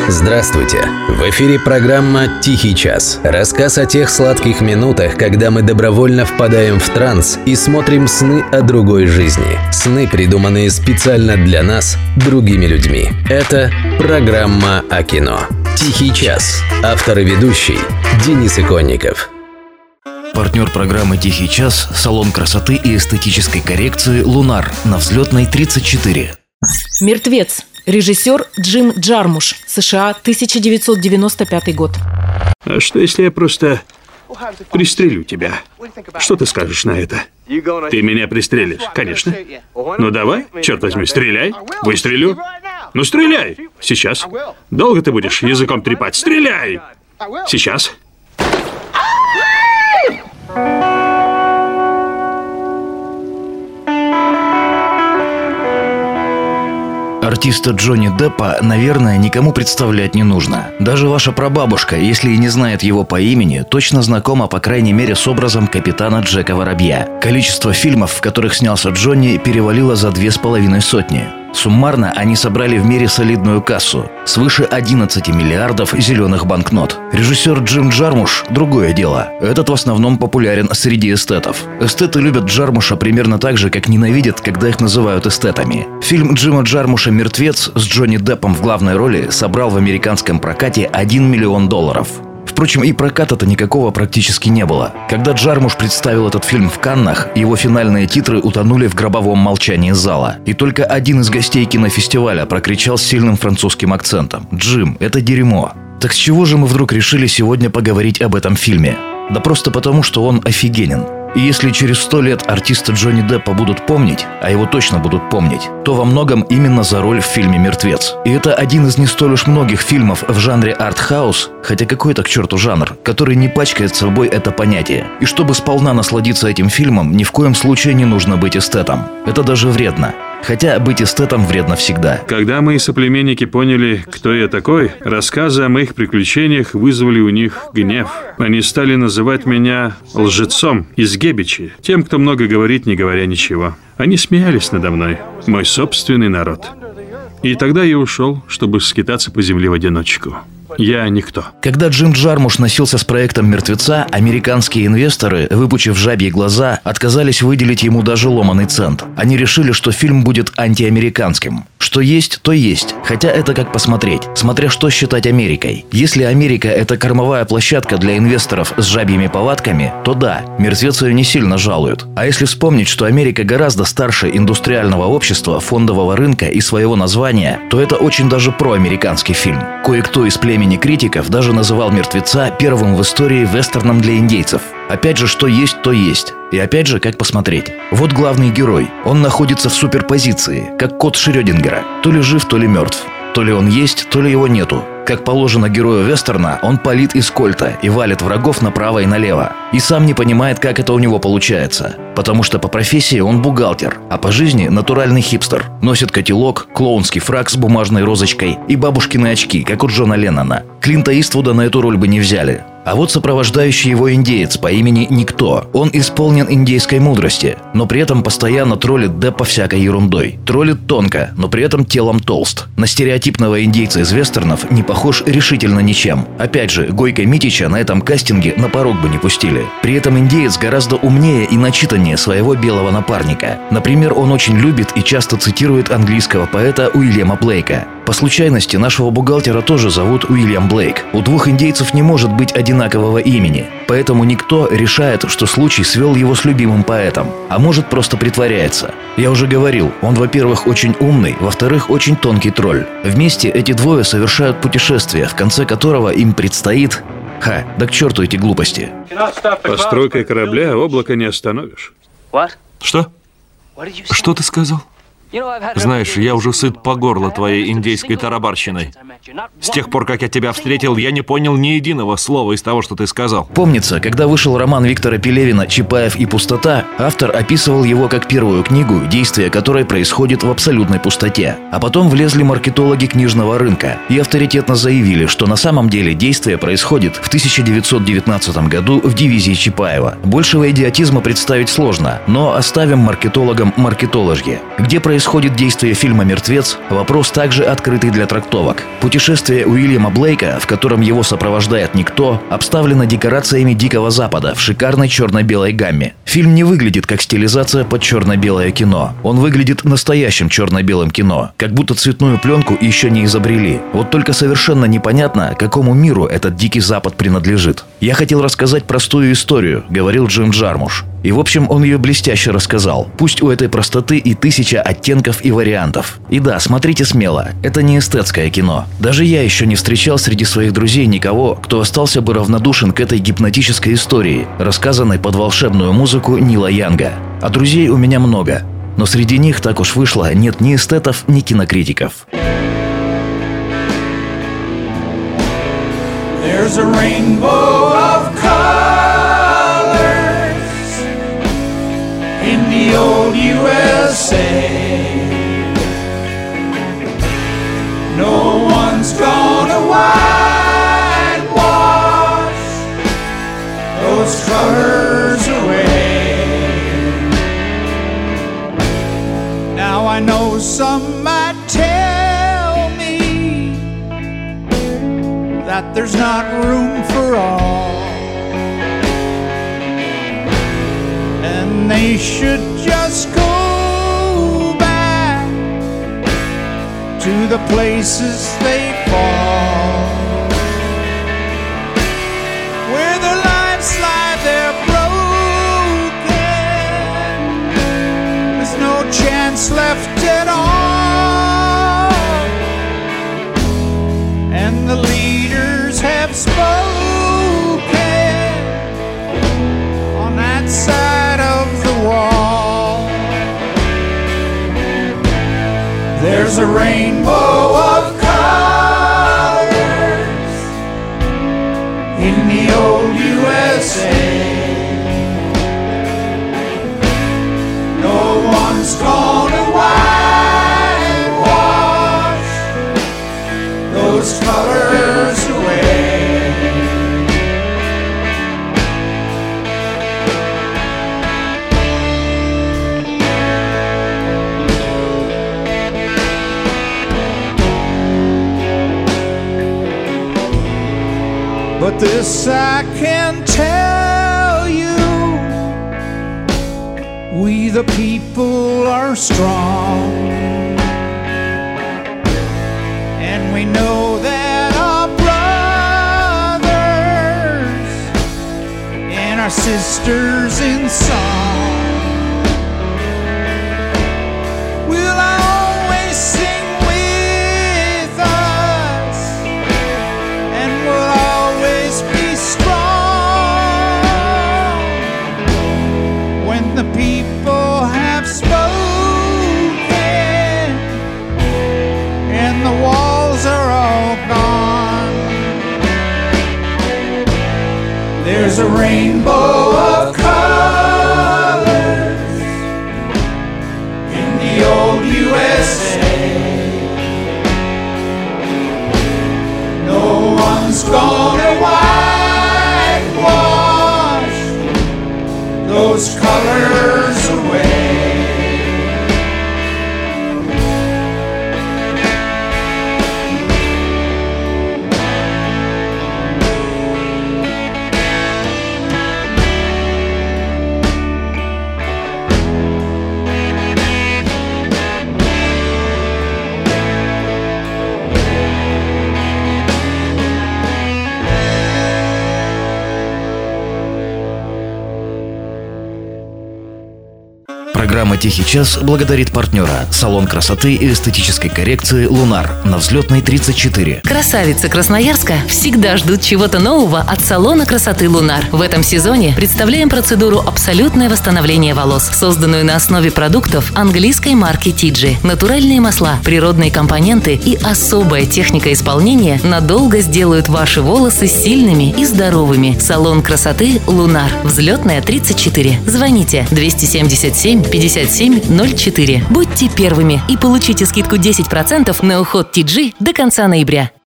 Здравствуйте! В эфире программа «Тихий час». Рассказ о тех сладких минутах, когда мы добровольно впадаем в транс и смотрим сны о другой жизни. Сны, придуманные специально для нас, другими людьми. Это программа о кино. «Тихий час». Автор и ведущий Денис Иконников. Партнер программы «Тихий час» – салон красоты и эстетической коррекции «Лунар» на Взлетной 34. «Мертвец». Режиссер Джим Джармуш, США, 1995 год. А что, если я просто пристрелю тебя? Что ты скажешь на это? Ты меня пристрелишь, конечно. Ну давай, черт возьми, стреляй. Выстрелю. Ну стреляй. Сейчас. Долго ты будешь языком трепать? Стреляй. Сейчас. Артиста Джонни Деппа, наверное, никому представлять не нужно. Даже ваша прабабушка, если и не знает его по имени, точно знакома, по крайней мере, с образом капитана Джека Воробья. Количество фильмов, в которых снялся Джонни, перевалило за 2,5 сотни. Суммарно они собрали в мире солидную кассу – свыше 11 миллиардов зеленых банкнот. Режиссер Джим Джармуш – другое дело. Этот в основном популярен среди эстетов. Эстеты любят Джармуша примерно так же, как ненавидят, когда их называют эстетами. Фильм Джима Джармуша «Мертвец» с Джонни Деппом в главной роли собрал в американском прокате $1 миллион. Впрочем, и проката-то никакого практически не было. Когда Джармуш представил этот фильм в Каннах, его финальные титры утонули в гробовом молчании зала. И только один из гостей кинофестиваля прокричал с сильным французским акцентом: «Джим, это дерьмо». Так с чего же мы вдруг решили сегодня поговорить об этом фильме? Да просто потому, что он офигенен. И если через 100 лет артиста Джонни Деппа будут помнить, а его точно будут помнить, то во многом именно за роль в фильме «Мертвец». И это один из не столь уж многих фильмов в жанре артхаус, хотя какой-то к черту жанр, который не пачкает собой это понятие. И чтобы сполна насладиться этим фильмом, ни в коем случае не нужно быть эстетом. Это даже вредно. Хотя быть эстетом вредно всегда. Когда мои соплеменники поняли, кто я такой, рассказы о моих приключениях вызвали у них гнев. Они стали называть меня лжецом из Гебичи, тем, кто много говорит, не говоря ничего. Они смеялись надо мной, мой собственный народ. И тогда я ушел, чтобы скитаться по земле в одиночку. Я никто. Когда Джим Джармуш носился с проектом «Мертвеца», американские инвесторы, выпучив жабьи глаза, отказались выделить ему даже ломаный цент. Они решили, что фильм будет антиамериканским. Что есть, то есть. Хотя это как посмотреть. Смотря что считать Америкой. Если Америка – это кормовая площадка для инвесторов с жабьими повадками, то да, «Мертвец» ее не сильно жалуют. А если вспомнить, что Америка гораздо старше индустриального общества, фондового рынка и своего названия, то это очень даже проамериканский фильм. Кое-кто из племени критиков даже называл «Мертвеца» первым в истории вестерном для индейцев. Опять же, что есть, то есть. И опять же, как посмотреть. Вот главный герой. Он находится в суперпозиции, как кот Шрёдингера. То ли жив, то ли мертв. То ли он есть, то ли его нету. Как положено герою вестерна, он палит из кольта и валит врагов направо и налево. И сам не понимает, как это у него получается. Потому что по профессии он бухгалтер, а по жизни натуральный хипстер. Носит котелок, клоунский фрак с бумажной розочкой и бабушкины очки, как у Джона Леннона. Клинта Иствуда на эту роль бы не взяли. А вот сопровождающий его индеец по имени Никто. Он исполнен индейской мудрости, но при этом постоянно троллит Деппа всякой ерундой. Троллит тонко, но при этом телом толст. На стереотипного индейца из вестернов не похож решительно ничем. Опять же, Гойко Митича на этом кастинге на порог бы не пустили. При этом индеец гораздо умнее и начитаннее своего белого напарника. Например, он очень любит и часто цитирует английского поэта Уильяма Блейка. По случайности, нашего бухгалтера тоже зовут Уильям Блейк. У двух индейцев не может быть одинакового имени. Поэтому Никто решает, что случай свел его с любимым поэтом. А может, просто притворяется. Я уже говорил, он, во-первых, очень умный, во-вторых, очень тонкий тролль. Вместе эти двое совершают путешествие, в конце которого им предстоит... да к черту эти глупости. Постройкой корабля облако не остановишь. Что? Что ты сказал? Знаешь, я уже сыт по горло твоей индейской тарабарщиной. С тех пор, как я тебя встретил, я не понял ни единого слова из того, что ты сказал. Помнится, когда вышел роман Виктора Пелевина «Чапаев и пустота», автор описывал его как первую книгу, действие которой происходит в абсолютной пустоте. А потом влезли маркетологи книжного рынка и авторитетно заявили, что на самом деле действие происходит в 1919 году в дивизии Чапаева. Большего идиотизма представить сложно, но оставим маркетологам маркетологи. Где происходит действие фильма «Мертвец» – вопрос также открытый для трактовок. Путешествие Уильяма Блейка, в котором его сопровождает никто, обставлено декорациями Дикого Запада в шикарной черно-белой гамме. Фильм не выглядит как стилизация под черно-белое кино. Он выглядит настоящим черно-белым кино, как будто цветную пленку еще не изобрели. Вот только совершенно непонятно, какому миру этот Дикий Запад принадлежит. «Я хотел рассказать простую историю», — говорил Джим Джармуш. И в общем он ее блестяще рассказал. Пусть у этой простоты и 1000 оттенков и вариантов. И да, смотрите смело, это не эстетское кино. Даже я еще не встречал среди своих друзей никого, кто остался бы равнодушен к этой гипнотической истории, рассказанной под волшебную музыку Нила Янга. А друзей у меня много. Но среди них, так уж вышло, нет ни эстетов, ни кинокритиков. There's a rainbow of colors in the old USA. No one's gonna whitewash those colors away. Now I know some might tell me that there's not room for all, and they should just go back to the places they fall, where their lives lie there broken. There's no chance left at all, and the leaders have spoken on that side of the wall. There's a rainbow of colors in the old USA. No one's gonna whitewash those colors away. But this I can tell you, we the people are strong, and we know that our brothers and our sisters in song will always sing with us, and will always be strong when the people have spoken and the walls are all gone. There's a rainbow of colors in the old USA. No one's gonna whitewash those colors away. Программа «Тихий час» благодарит партнера – салон красоты и эстетической коррекции «Лунар» на Взлетной 34. Красавицы Красноярска всегда ждут чего-то нового от салона красоты «Лунар». В этом сезоне представляем процедуру «Абсолютное восстановление волос», созданную на основе продуктов английской марки TG. Натуральные масла, природные компоненты и особая техника исполнения надолго сделают ваши волосы сильными и здоровыми. Салон красоты «Лунар». Взлетная 34. Звоните 277 57 04. Будьте первыми и получите скидку 10% на уход TG до конца ноября.